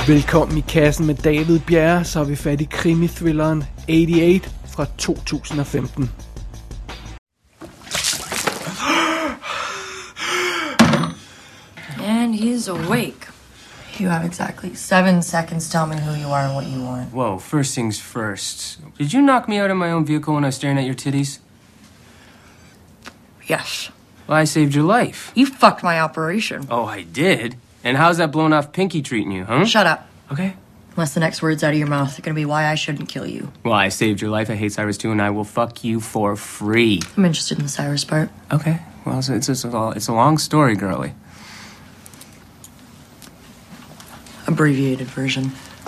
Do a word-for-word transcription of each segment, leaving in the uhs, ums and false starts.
Velkommen i kassen med David Bjerre, så er vi fat i krimithrilleren otteogtyve fra to tusind og femten. And he's awake. You have exactly seven seconds to tell me who you are and what you want. Whoa, first things first. Did you knock me out of my own vehicle when I was staring at your titties? Yes. Well, I saved your life. You fucked my operation. Oh, I did? And how's that blown off pinky treating you, huh? Shut up. Okay. Unless the next word's out of your mouth, they're gonna be why I shouldn't kill you. Well, I saved your life. I hate Cyrus too, and I will fuck you for free. I'm interested in the Cyrus part. Okay. Well, it's it's, it's, a, it's a long story, girly. Abbreviated version.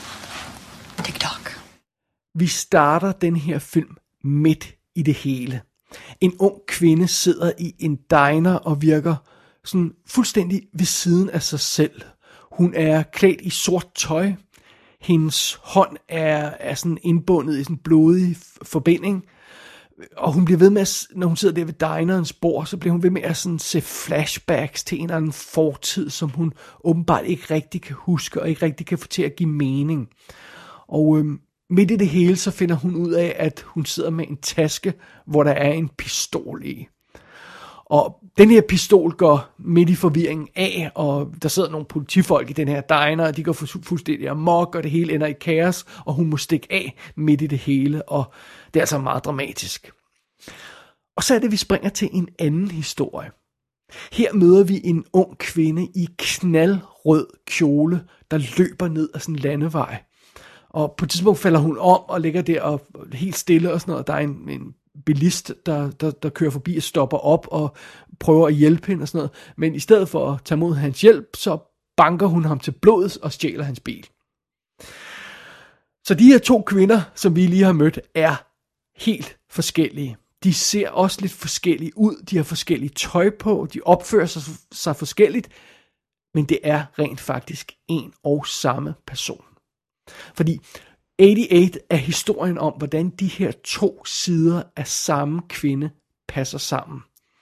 TikTok. Vi starter den her film midt i det hele. En ung kvinde sidder i en diner og virker sådan fuldstændig ved siden af sig selv. Hun er klædt i sort tøj. Hendes hånd er, er sådan indbundet i sådan en blodig forbinding. Og hun bliver ved med, at, når hun sidder der ved dinerens bord, så bliver hun ved med at sådan se flashbacks til en eller anden fortid, som hun åbenbart ikke rigtig kan huske, og ikke rigtig kan få til at give mening. Og øhm, midt i det hele, så finder hun ud af, at hun sidder med en taske, hvor der er en pistol i. Og den her pistol går midt i forvirringen af, og der sidder nogle politifolk i den her diner, og de går fuldstændig amok, og det hele ender i kaos, og hun må stikke af midt i det hele, og det er altså meget dramatisk. Og så er det, vi springer til en anden historie. Her møder vi en ung kvinde i knaldrød kjole, der løber ned ad sådan en landevej. Og på et tidspunkt falder hun om og ligger der og helt stille og sådan noget. Der er en, en bilist, der, der, der kører forbi og stopper op og prøver at hjælpe hende og sådan noget. Men i stedet for at tage mod hans hjælp, så banker hun ham til blods og stjæler hans bil. Så de her to kvinder, som vi lige har mødt, er helt forskellige. De ser også lidt forskellige ud. De har forskellige tøj på. De opfører sig, sig forskelligt. Men det er rent faktisk en og samme person. Fordi otteogtyve er historien om, hvordan de her to sider af samme kvinde passer sammen.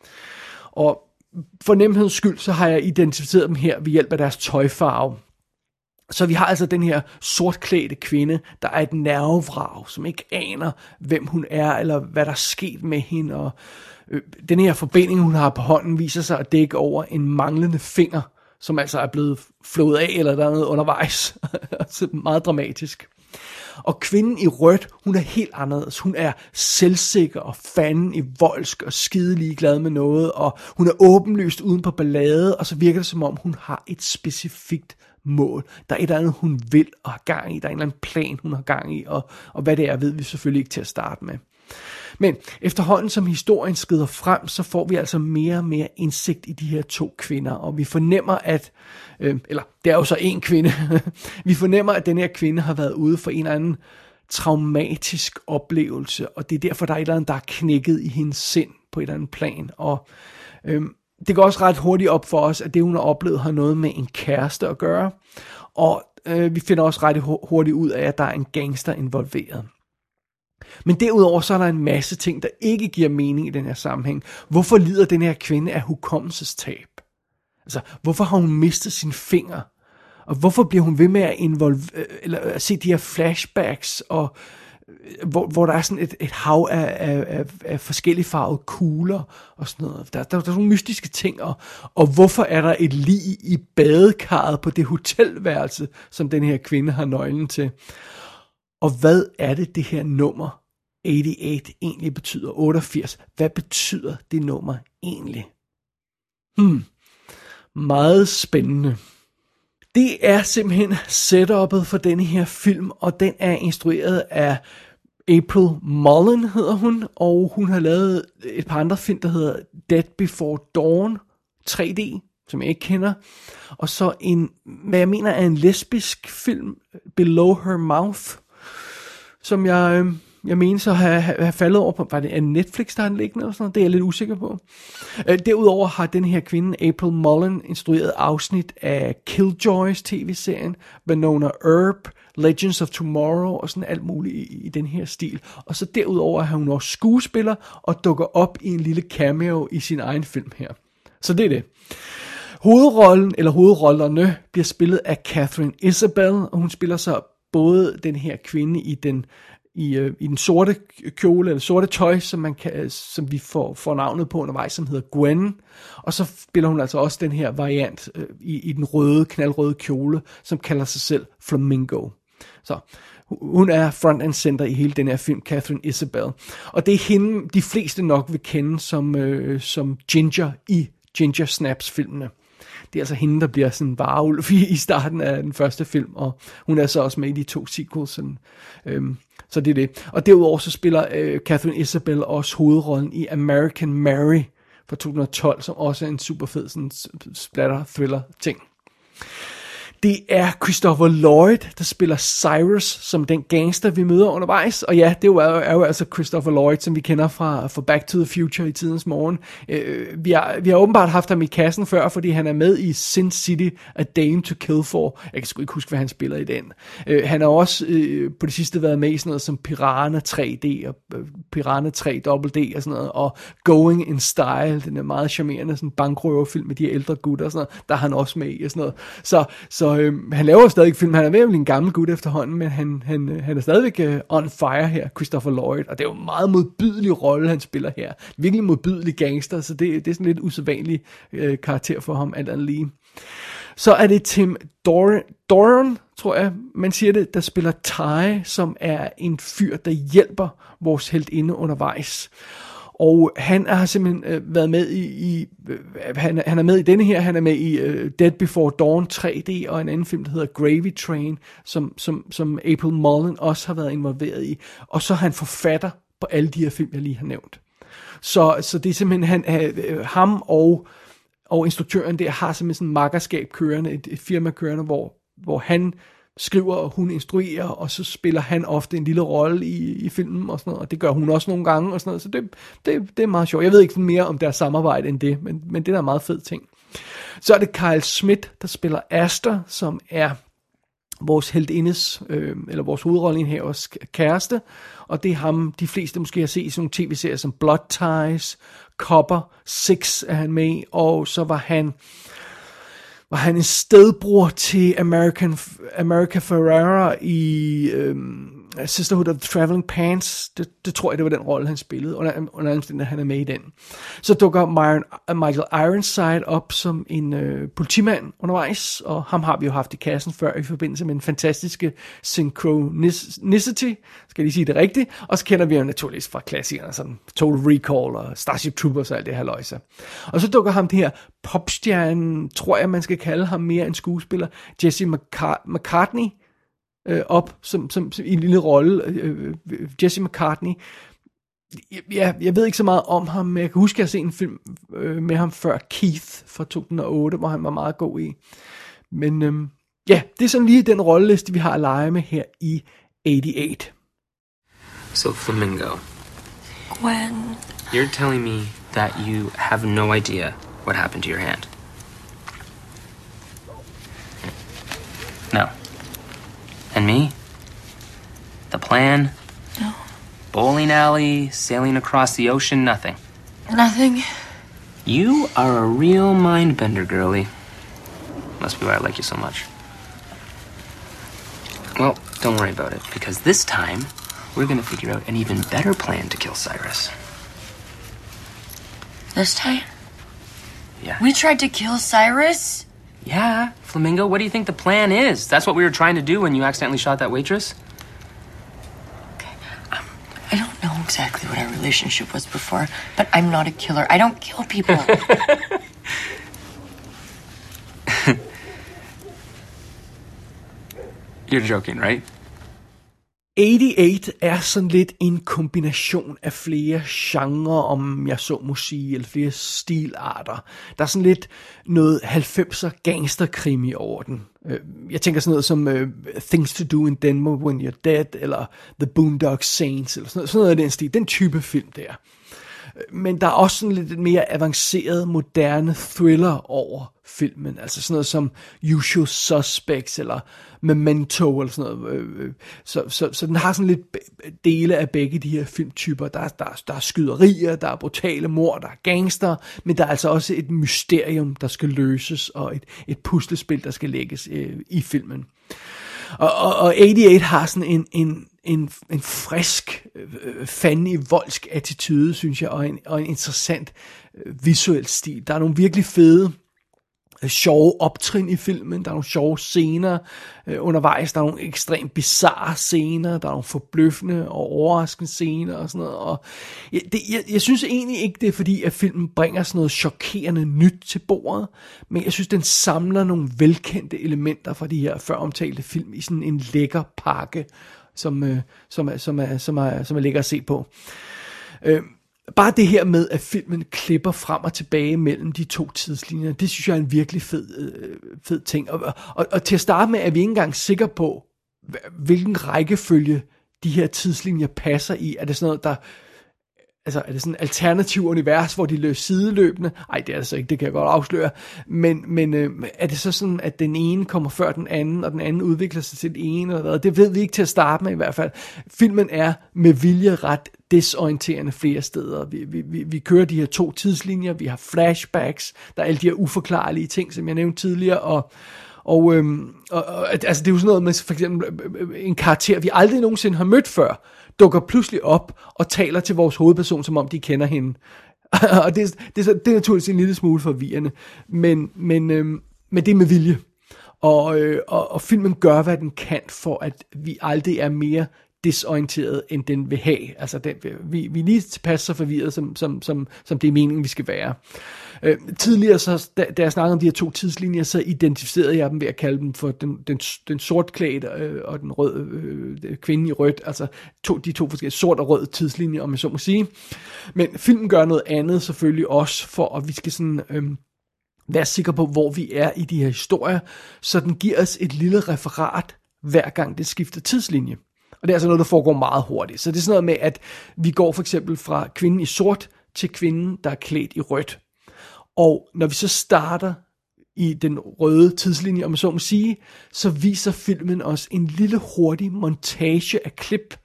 Og for nemheds skyld, så har jeg identificeret dem her ved hjælp af deres tøjfarve. Så vi har altså den her sortklædte kvinde, der er et nervevrag, som ikke aner, hvem hun er, eller hvad der er sket med hende. Og øh, den her forbinding, hun har på hånden, viser sig at dække over en manglende finger, som altså er blevet flået af, eller der er noget undervejs. Så meget dramatisk. Og kvinden i rødt, hun er helt anderledes. Hun er selvsikker og fanden i voldsk og skide ligeglad med noget, og hun er åbenlyst uden på ballade, og så virker det som om, hun har et specifikt mål. Der er et eller andet, hun vil og har gang i. Der er en eller anden plan, hun har gang i, og, og hvad det er, ved vi selvfølgelig ikke til at starte med. Men efterhånden som historien skrider frem, så får vi altså mere og mere indsigt i de her to kvinder, og vi fornemmer, at, øh, eller det er jo så en kvinde, vi fornemmer, at den her kvinde har været ude for en eller anden traumatisk oplevelse, og det er derfor, der er et eller andet, der er knækket i hendes sind på et eller andet plan, og øh, det går også ret hurtigt op for os, at det, hun har oplevet, har noget med en kæreste at gøre, og øh, vi finder også ret hurtigt ud af, at der er en gangster involveret. Men derudover så er der en masse ting, der ikke giver mening i den her sammenhæng. Hvorfor lider den her kvinde af hukommelsestab? Altså, hvorfor har hun mistet sin finger? Og hvorfor bliver hun ved med at, involve, eller at se de her flashbacks, og, hvor, hvor der er sådan et, et hav af, af, af, af forskellige farvede kugler og sådan noget. Der, der, der er sådan nogle mystiske ting, og, og hvorfor er der et lig i badekarret på det hotelværelse, som den her kvinde har nøglen til? Og hvad er det, det her nummer otteogtyve egentlig betyder? otteogfirs. Hvad betyder det nummer egentlig? Hmm. Meget spændende. Det er simpelthen setup'et for denne her film, og den er instrueret af April Mullen, hedder hun, og hun har lavet et par andre film, der hedder Dead Before Dawn tre D, som jeg ikke kender, og så en, hvad jeg mener er en lesbisk film, Below Her Mouth, som jeg, jeg mener så har, har faldet over på, var det Netflix, der har den liggende, eller sådan noget? Det er jeg lidt usikker på. Derudover har den her kvinde, April Mullen, instrueret afsnit af Killjoys tv-serien, Winona Earp, Legends of Tomorrow, og sådan alt muligt i, i den her stil. Og så derudover har hun også skuespiller, og dukker op i en lille cameo i sin egen film her. Så det er det. Hovedrollen, eller hovedrollerne, bliver spillet af Catherine Isabel, og hun spiller så både den her kvinde i den i, øh, i den sorte kjole, eller sorte tøj, som, man kan, som vi får, får navnet på undervejs, som hedder Gwen. Og så spiller hun altså også den her variant øh, i, i den røde, knaldrøde kjole, som kalder sig selv Flamingo. Så hun er front and center i hele den her film, Catherine Isabel. Og det er hende, de fleste nok vil kende som, øh, som Ginger i Ginger Snaps-filmene. Det er altså hende, der bliver sådan en varulv i, i starten af den første film, og hun er så også med i de to sequels. Sådan, øhm, så det er det. Og derudover så spiller øh, Catherine Isabel også hovedrollen i American Mary fra to tusind og tolv, som også er en super fed sådan splatter-thriller-ting. Det er Christopher Lloyd, der spiller Cyrus, som den gangster, vi møder undervejs. Og ja, det er jo, er jo altså Christopher Lloyd, som vi kender fra, fra Back to the Future i tidens morgen. Øh, vi, har, vi har åbenbart haft ham i kassen før, fordi han er med i Sin City, A Dame to Kill For. Jeg kan sgu ikke huske, hvad han spiller i den. Øh, han har også øh, på det sidste været med i sådan noget som Piranha tre D, og øh, Piranha tre Double D og sådan noget, og Going in Style, den er meget charmerende sådan bankrøverfilm med de ældre gutter og sådan noget, der er han også med i og sådan noget. Så, så øh, han laver stadig film, han er ved at blive en gammel gut efterhånden, men han, han, han er stadigvæk øh, on fire her, Christopher Lloyd, og det er jo en meget modbydelig rolle, han spiller her. Virkelig modbydelig gangster, så det, det er sådan lidt usædvanlig øh, karakter for ham, alt andet lige. Så er det Tim Dor- Doran, tror jeg, man siger det, der spiller Ty, som er en fyr, der hjælper vores heltinde undervejs. Og han har simpelthen øh, været med i, i øh, han, han er med i denne her, han er med i øh, Dead Before Dawn tre D, og en anden film, der hedder Gravy Train, som, som, som April Mullen også har været involveret i. Og så er han forfatter på alle de her film, jeg lige har nævnt. Så, så det er simpelthen, han, øh, ham og, og instruktøren der har simpelthen sådan et makkerskab kørende, et, et firma kørende, hvor, hvor han skriver, og hun instruerer, og så spiller han ofte en lille rolle i, i filmen, og sådan noget, og det gør hun også nogle gange, og sådan noget, så det, det, det er meget sjovt. Jeg ved ikke mere om deres samarbejde end det, men, men det er en meget fed ting. Så er det Kyle Smith, der spiller Aster, som er vores heltindes, øh, eller vores hovedrolleindhavers kæreste, og det er ham, de fleste måske har set i sådan nogle tv-serier som Blood Ties, Copper, Six er han med, og så var han var han en stedbror til American, America Ferrera i øhm, Sisterhood of the Traveling Pants. Det, det tror jeg, det var den rolle, han spillede, under, under anden han er med i den. Så dukker Myron, Michael Ironside op som en øh, politimand undervejs, og ham har vi jo haft i kassen før i forbindelse med den fantastiske Synchronicity, skal jeg lige sige det rigtigt, og så kender vi jo naturligvis fra klassikerne som Total Recall og Starship Troopers og alt det her løjse. Og så dukker ham det her popstjernen, tror jeg man skal kalde ham mere en skuespiller, Jesse McCart- McCartney, øh, op som, som, som i en lille rolle. Øh, Jesse McCartney, jeg, jeg ved ikke så meget om ham, men jeg kan huske, at jeg har set en film øh, med ham før, Keith fra to tusind og otte, hvor han var meget god i. Men øh, ja, det er sådan lige den rolleliste, vi har at lege med her i eighty-eight. So, Flamingo, Gwen. you're telling me that you have no idea what happened to your hand? No. And me? The plan? No. Bowling alley, sailing across the ocean, nothing. Nothing. You are a real mind-bender, girlie. Must be why I like you so much. Well, don't worry about it, because this time, we're gonna figure out an even better plan to kill Cyrus. This time? Yeah. We tried to kill Cyrus? Yeah, Flamingo, what do you think the plan is? That's what we were trying to do when you accidentally shot that waitress? Okay. Um, I don't know exactly what our relationship was before, but I'm not a killer. I don't kill people. You're joking, right? eighty-eight er sådan lidt en kombination af flere genrer, om jeg så må sige, eller flere stilarter. Der er sådan lidt noget halvfemser gangsterkrimi over den. Jeg tænker sådan noget som uh, Things to Do in Denver When You're Dead, eller The Boondock Saints, eller sådan noget, sådan noget af den stil. Den type film der. Men der er også sådan lidt mere avanceret, moderne thriller over filmen. Altså sådan noget som Usual Suspects eller Memento eller sådan noget. Så, så, så den har sådan lidt dele af begge de her filmtyper. Der, der, der er skyderier, der er brutale mord, der er gangster, men der er altså også et mysterium, der skal løses, og et, et puslespil, der skal lægges øh, i filmen. Og, og, og otteogtyve har sådan en, en, en, en frisk, øh, fandelig, voldsk attitude, synes jeg, og en, og en interessant øh, visuel stil. Der er nogle virkelig fede, øh, sjove optrin i filmen, der er nogle sjove scener øh, undervejs, der er nogle ekstremt bizarre scener, der er nogle forbløffende og overraskende scener og sådan noget. Og jeg, det, jeg, jeg synes egentlig ikke, det er fordi, at filmen bringer sådan noget chokerende nyt til bordet, men jeg synes, den samler nogle velkendte elementer fra de her før omtalte film i sådan en lækker pakke, som, øh, som, er, som, er, som, er, som er lækker at se på. Øh, Bare det her med, at filmen klipper frem og tilbage mellem de to tidslinjer, det synes jeg er en virkelig fed, øh, fed ting. Og, og, og til at starte med er vi ikke engang sikre på, hvilken rækkefølge de her tidslinjer passer i. Er det sådan noget, der... Altså, er det sådan et alternativt univers, hvor de løber sideløbende? Ej, det er det så ikke, det kan jeg godt afsløre. Men, men øh, er det så sådan, at den ene kommer før den anden, og den anden udvikler sig til den ene, eller hvad? Det ved vi ikke til at starte med i hvert fald. Filmen er med vilje ret desorienterende flere steder. Vi, vi, vi, vi kører de her to tidslinjer, vi har flashbacks, der er alle de her uforklarlige ting, som jeg nævnte tidligere, og Og, øhm, og, og altså det er jo sådan noget med for eksempel en karakter, vi aldrig nogensinde har mødt før, dukker pludselig op og taler til vores hovedperson, som om de kender hende. Og det, det, det er naturligvis en lille smule forvirrende, men, men, øhm, men det er med vilje. Og, øh, og, og filmen gør, hvad den kan, for at vi aldrig er mere desorienteret, end den vil have. Altså, den, vi, vi er lige tilpas så forvirret, som, som, som, som det er meningen, vi skal være. Øh, tidligere, så, da, da jeg snakkede om de her to tidslinjer, så identificerede jeg dem ved at kalde dem for den, den, den sortklædte øh, og den røde øh, kvinde i rødt. Altså to, de to forskellige sort og rød tidslinjer, om jeg så må sige. Men filmen gør noget andet selvfølgelig også, for at vi skal sådan... Øh, være sikre på, hvor vi er i de her historier, så den giver os et lille referat, hver gang det skifter tidslinje. Og det er altså noget, der foregår meget hurtigt. Så det er sådan noget med, at vi går for eksempel fra kvinden i sort til kvinden, der er klædt i rødt. Og når vi så starter i den røde tidslinje, om man så må sige, så viser filmen os en lille hurtig montage af klip,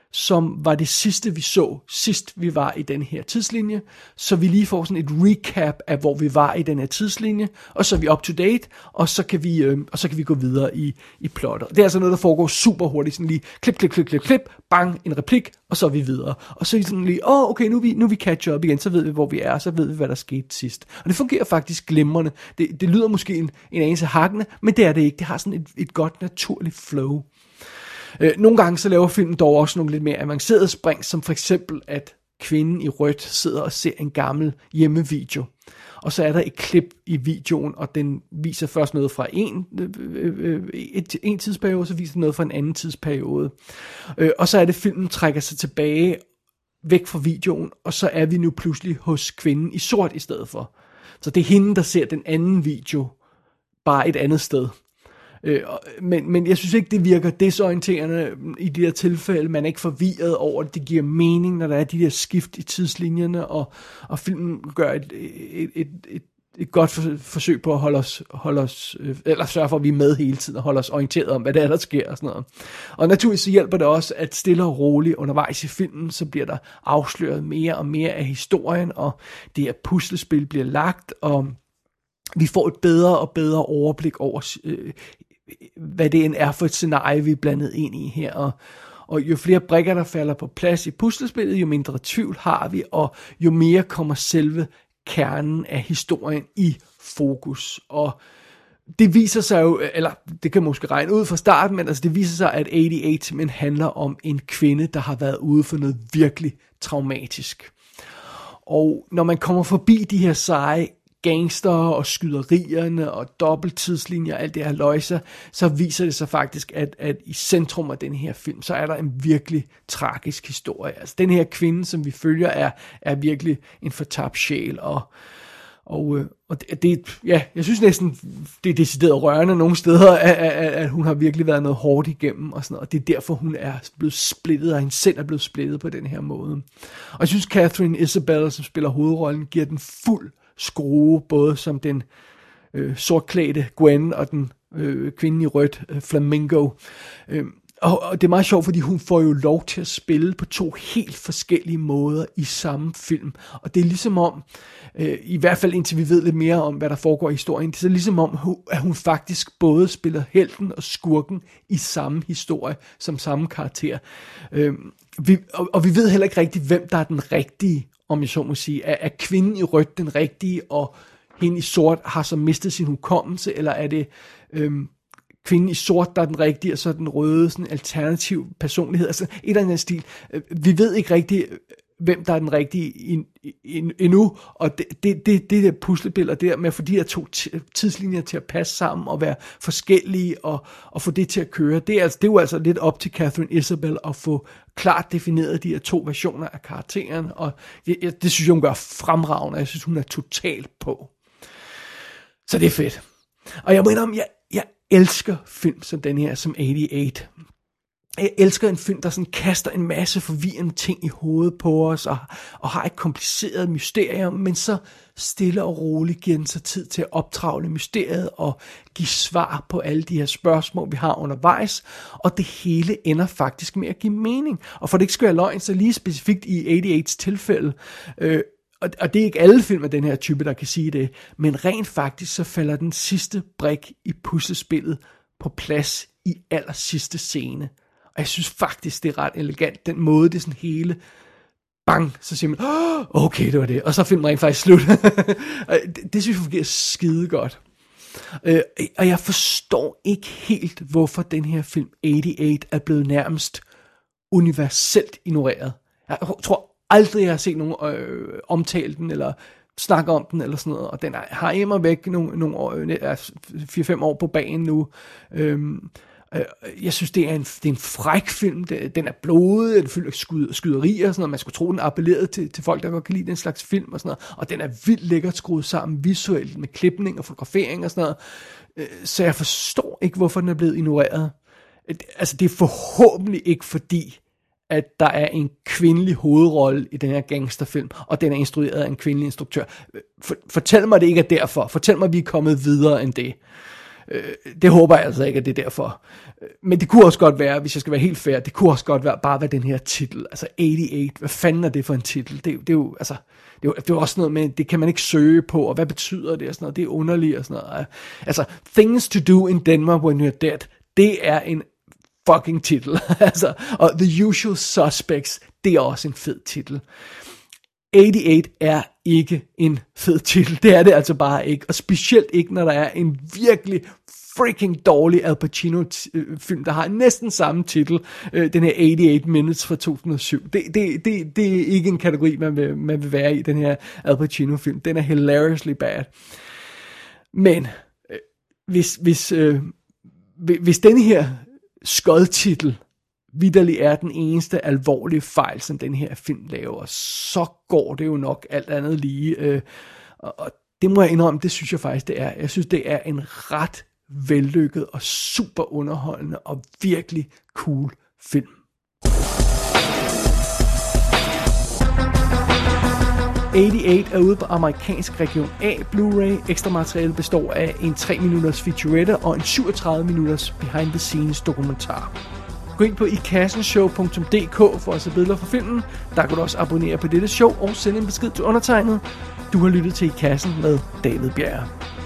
som var det sidste, vi så, sidst vi var i den her tidslinje, så vi lige får sådan et recap af, hvor vi var i den her tidslinje, og så er vi up to date, og så kan vi, øh, og så kan vi gå videre i, i plottet. Det er altså noget, der foregår super hurtigt, sådan lige klip, klip, klip, klip, klip, bang, en replik, og så er vi videre. Og så er vi sådan lige, åh, oh, okay, nu er vi, nu er vi catch up igen, så ved vi, hvor vi er, og så ved vi, hvad der skete sidst. Og det fungerer faktisk glimrende. Det, det lyder måske en, en anelse hakkende, men det er det ikke. Det har sådan et, et godt, naturligt flow. Øh, nogle gange så laver filmen dog også nogle lidt mere avancerede spring, som for eksempel, at kvinden i rødt sidder og ser en gammel hjemmevideo. Og så er der et klip i videoen, og den viser først noget fra en, øh, et, en tidsperiode, og så viser den noget fra en anden tidsperiode. Øh, og så er det, filmen trækker sig tilbage, væk fra videoen, og så er vi nu pludselig hos kvinden i sort i stedet for. Så det er hende, der ser den anden video, bare et andet sted. Øh, men, men jeg synes ikke, det virker desorienterende i de her tilfælde. Man er ikke forvirret over det. Det giver mening, når der er de der skift i tidslinjerne, og, og filmen gør et, et, et, et, et godt for, forsøg på at holde os, holde os øh, eller sørge for, at vi er med hele tiden og holde os orienteret om, hvad det er, der sker og sådan noget. Og naturligvis så hjælper det også, at stille og roligt undervejs i filmen, så bliver der afsløret mere og mere af historien, og det her puslespil bliver lagt, og vi får et bedre og bedre overblik over øh, hvad det end er for et scenarie, vi er blandet ind i her. Og, og jo flere brikker, der falder på plads i puslespillet, jo mindre tvivl har vi, og jo mere kommer selve kernen af historien i fokus. Og det viser sig jo, eller det kan måske regne ud fra starten, men altså det viser sig, at otteogtyve simpelthen handler om en kvinde, der har været ude for noget virkelig traumatisk. Og når man kommer forbi de her seje gangster og skyderierne og dobbelttidslinjer og alt det her løjser, så viser det sig faktisk, at, at i centrum af den her film, så er der en virkelig tragisk historie. Altså den her kvinde, som vi følger, er, er virkelig en fortabt sjæl, og, Og, øh, og det, det, ja, jeg synes næsten, det er decideret rørende nogle steder, at, at, at hun har virkelig været noget hårdt igennem, og sådan noget, og det er derfor, hun er blevet splittet, og hendes sind er blevet splittet på den her måde. Og jeg synes, Catherine Isabelle, som spiller hovedrollen, giver den fuld skrue, både som den øh, sortklædte Gwen, og den øh, kvinde i rødt, øh, Flamingo. Øh, Og, og det er meget sjovt, fordi hun får jo lov til at spille på to helt forskellige måder i samme film. Og det er ligesom om, øh, i hvert fald indtil vi ved lidt mere om, hvad der foregår i historien, det er ligesom om, at hun faktisk både spiller helten og skurken i samme historie, som samme karakter. Øh, vi, og, og vi ved heller ikke rigtigt, hvem der er den rigtige, om jeg så må sige. Er, er kvinden i rødt den rigtige, og hende i sort har så mistet sin hukommelse, eller er det... Øh, kvinden i sort, der er den rigtige, og så den røde, sådan en alternativ personlighed, altså et eller andet stil. Vi ved ikke rigtigt, hvem der er den rigtige endnu, og det, det, det, det der puslespil, der med at få de her to tidslinjer til at passe sammen, og være forskellige, og, og få det til at køre, det er, altså, det er jo altså lidt op til Catherine Isabelle at få klart defineret de her to versioner af karakteren, og det, det synes jeg, hun gør fremragende, jeg synes, hun er totalt på. Så det er fedt. Og jeg mener om, jeg, jeg elsker film som den her, som otteogtyve. Jeg elsker en film, der sådan kaster en masse forvirrende ting i hovedet på os, og, og har et kompliceret mysterium, men så stille og roligt giver den sig tid til at optravle mysteriet, og give svar på alle de her spørgsmål, vi har undervejs, og det hele ender faktisk med at give mening. Og for det ikke skal være løgn, så lige specifikt i otteogtyves tilfælde, øh, og det er ikke alle film af den her type, der kan sige det, men rent faktisk så falder den sidste brik i puslespillet på plads i aller sidste scene. Og jeg synes faktisk, det er ret elegant, den måde, det er sådan hele, bang, så siger man, oh, okay, det var det, og så er filmen rent faktisk slut. det, det synes jeg fungerer skide godt. Øh, og jeg forstår ikke helt, hvorfor den her film otteogtyve er blevet nærmest universelt ignoreret. Jeg tror aldrig, jeg har set nogen øh, omtale den, eller snakke om den, eller sådan noget, og den er, har immer væk nogle, nogle år, fire fem år på banen nu. Øhm, øh, jeg synes, det er en, det er en fræk film, det, den er blodig, den fylder skud, skyderier og sådan noget, man skulle tro, den appellerede til, til folk, der godt kan lide den slags film og sådan noget, og den er vildt lækkert skruet sammen visuelt, med klipning og fotografering og sådan noget, øh, så jeg forstår ikke, hvorfor den er blevet ignoreret. Altså, det er forhåbentlig ikke fordi, at der er en kvindelig hovedrolle i den her gangsterfilm, og den er instrueret af en kvindelig instruktør. For, fortæl mig, det ikke er derfor. Fortæl mig, at vi er kommet videre end det. Det håber jeg altså ikke, at det er derfor. Men det kunne også godt være, hvis jeg skal være helt fair, det kunne også godt være bare være den her titel. Altså otteogtyve, hvad fanden er det for en titel? Det, det er jo, altså, det er jo, det er jo også noget med, det kan man ikke søge på, og hvad betyder det og sådan noget. Det er underligt og sådan noget. Altså, Things to Do in Denver When You're Dead, det er en fucking titel. altså, og The Usual Suspects, det er også en fed titel. otteogtyve er ikke en fed titel. Det er det altså bare ikke. Og specielt ikke, når der er en virkelig freaking dårlig Al Pacino-film, der har næsten samme titel. Den her otteogtyve Minutes fra to tusind og syv. Det, det, det, det er ikke en kategori, man vil, man vil være i, den her Al Pacino-film. Den er hilariously bad. Men hvis, hvis, øh, hvis den her skodtitel vitterlig er den eneste alvorlige fejl, som den her film laver, så går det jo nok alt andet lige. Øh, og det må jeg indrømme, det synes jeg faktisk, det er. Jeg synes, det er en ret vellykket og super underholdende og virkelig cool film. otteogtyve er ude på amerikansk region A Blu-ray. Ekstra materiale består af en tre minutters featurette og en syvogtredive minutters behind the scenes dokumentar. Gå ind på i kassen show punktum d k for at se billeder fra filmen. Der kan du også abonnere på dette show og sende en besked til undertegnet. Du har lyttet til I Kassen med David Bjerre.